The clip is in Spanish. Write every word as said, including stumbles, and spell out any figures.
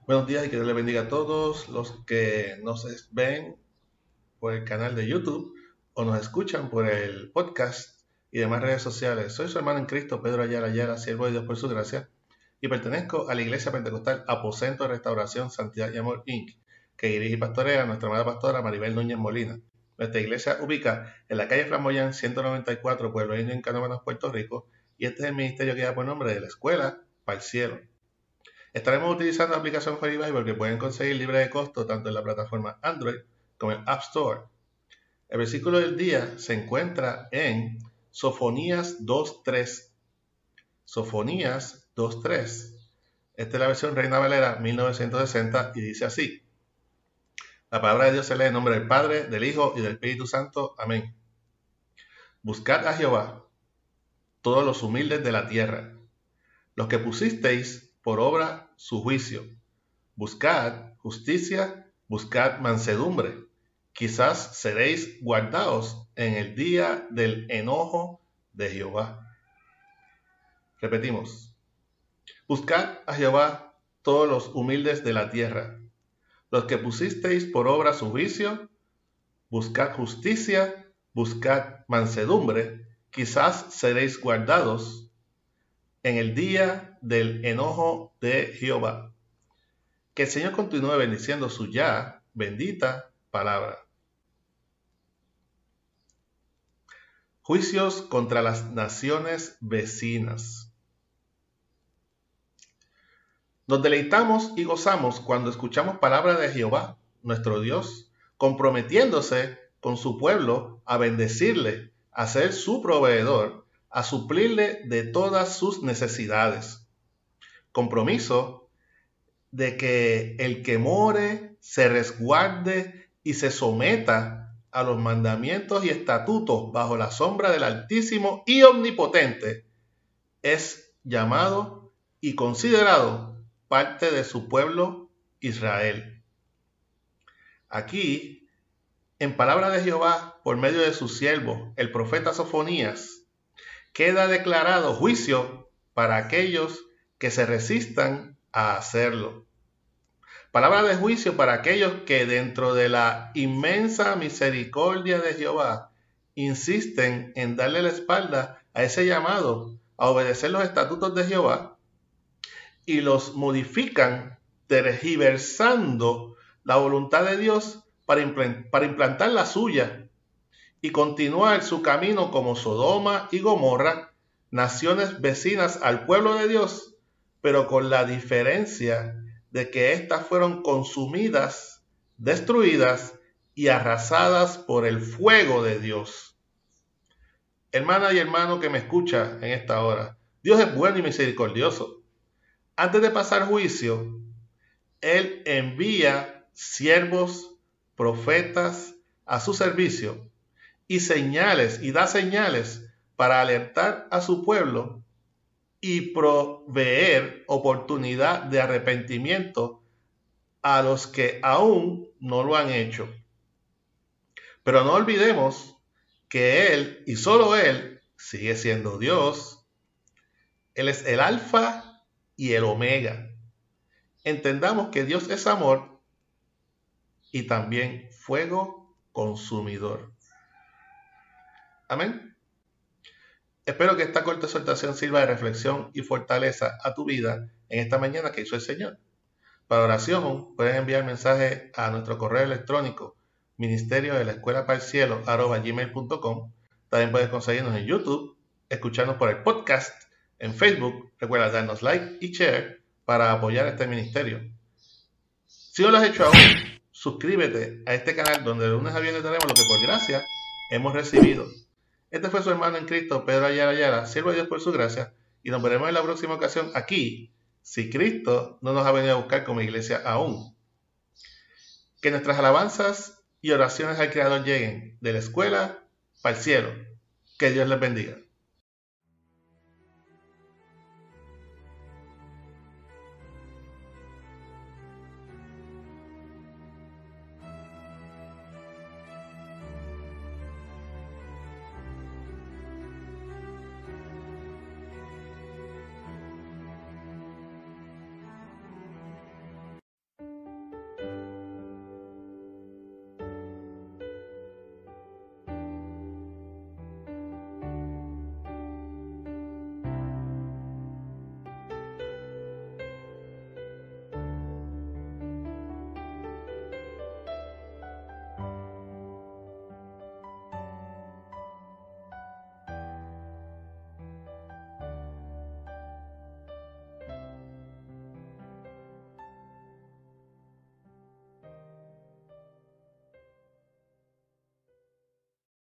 Buenos días y que Dios les bendiga a todos los que nos ven por el canal de YouTube o nos escuchan por el podcast y demás redes sociales. Soy su hermano en Cristo, Pedro Ayala Ayala, siervo de Dios por su gracia, y pertenezco a la Iglesia Pentecostal Aposento de Restauración, Santidad y Amor, incorporated, que dirige y pastorea a nuestra amada pastora Maribel Núñez Molina. Nuestra iglesia ubica en la calle Flamboyán ciento noventa y cuatro, Pueblo Indio, en Canóvanas, Puerto Rico, y este es el ministerio que lleva por nombre de la Escuela para el Cielo. Estaremos utilizando la aplicación Holy Bible que pueden conseguir libre de costo tanto en la plataforma Android como en App Store. El versículo del día se encuentra en Sofonías dos tres. Sofonías dos tres. Esta es la versión Reina Valera mil novecientos sesenta y dice así: la palabra de Dios se lee en nombre del Padre, del Hijo y del Espíritu Santo. Amén. Buscad a Jehová, todos los humildes de la tierra, los que pusisteis por obra su juicio. Buscad justicia, buscad mansedumbre. Quizás seréis guardados en el día del enojo de Jehová. Repetimos. Buscad a Jehová todos los humildes de la tierra, los que pusisteis por obra su juicio. Buscad justicia, buscad mansedumbre. Quizás seréis guardados en el día del enojo de Jehová. Que el Señor continúe bendiciendo su ya bendita palabra. Juicios contra las naciones vecinas. Nos deleitamos y gozamos cuando escuchamos palabra de Jehová, nuestro Dios, comprometiéndose con su pueblo a bendecirle, a ser su proveedor, a suplirle de todas sus necesidades. Compromiso de que el que more se resguarde y se someta a los mandamientos y estatutos bajo la sombra del Altísimo y Omnipotente es llamado y considerado parte de su pueblo Israel. Aquí, en palabra de Jehová, por medio de su siervo, el profeta Sofonías, queda declarado juicio para aquellos que se resistan a hacerlo. Palabra de juicio para aquellos que dentro de la inmensa misericordia de Jehová insisten en darle la espalda a ese llamado a obedecer los estatutos de Jehová y los modifican tergiversando la voluntad de Dios para implantar la suya y continuar su camino como Sodoma y Gomorra, naciones vecinas al pueblo de Dios, pero con la diferencia de que éstas fueron consumidas, destruidas y arrasadas por el fuego de Dios. Hermana y hermano que me escucha en esta hora, Dios es bueno y misericordioso. Antes de pasar juicio, Él envía siervos, profetas a su servicio y señales, y da señales para alertar a su pueblo y proveer oportunidad de arrepentimiento a los que aún no lo han hecho. Pero no olvidemos que Él, y solo Él, sigue siendo Dios. Él es el Alfa y el Omega. Entendamos que Dios es amor y también fuego consumidor. Amén. Espero que esta corta exhortación sirva de reflexión y fortaleza a tu vida en esta mañana que hizo el Señor. Para oración, puedes enviar mensaje a nuestro correo electrónico ministerio de la escuela para el cielo arroba gmail punto com. También puedes conseguirnos en YouTube, escucharnos por el podcast, en Facebook. Recuerda darnos like y share para apoyar este ministerio. Si no lo has hecho aún, suscríbete a este canal donde de lunes a viernes tenemos lo que por gracia hemos recibido. Este fue su hermano en Cristo, Pedro Ayala Ayala, siervo de Dios por su gracia, y nos veremos en la próxima ocasión aquí, si Cristo no nos ha venido a buscar como iglesia aún. Que nuestras alabanzas y oraciones al Creador lleguen de la escuela para el cielo. Que Dios les bendiga.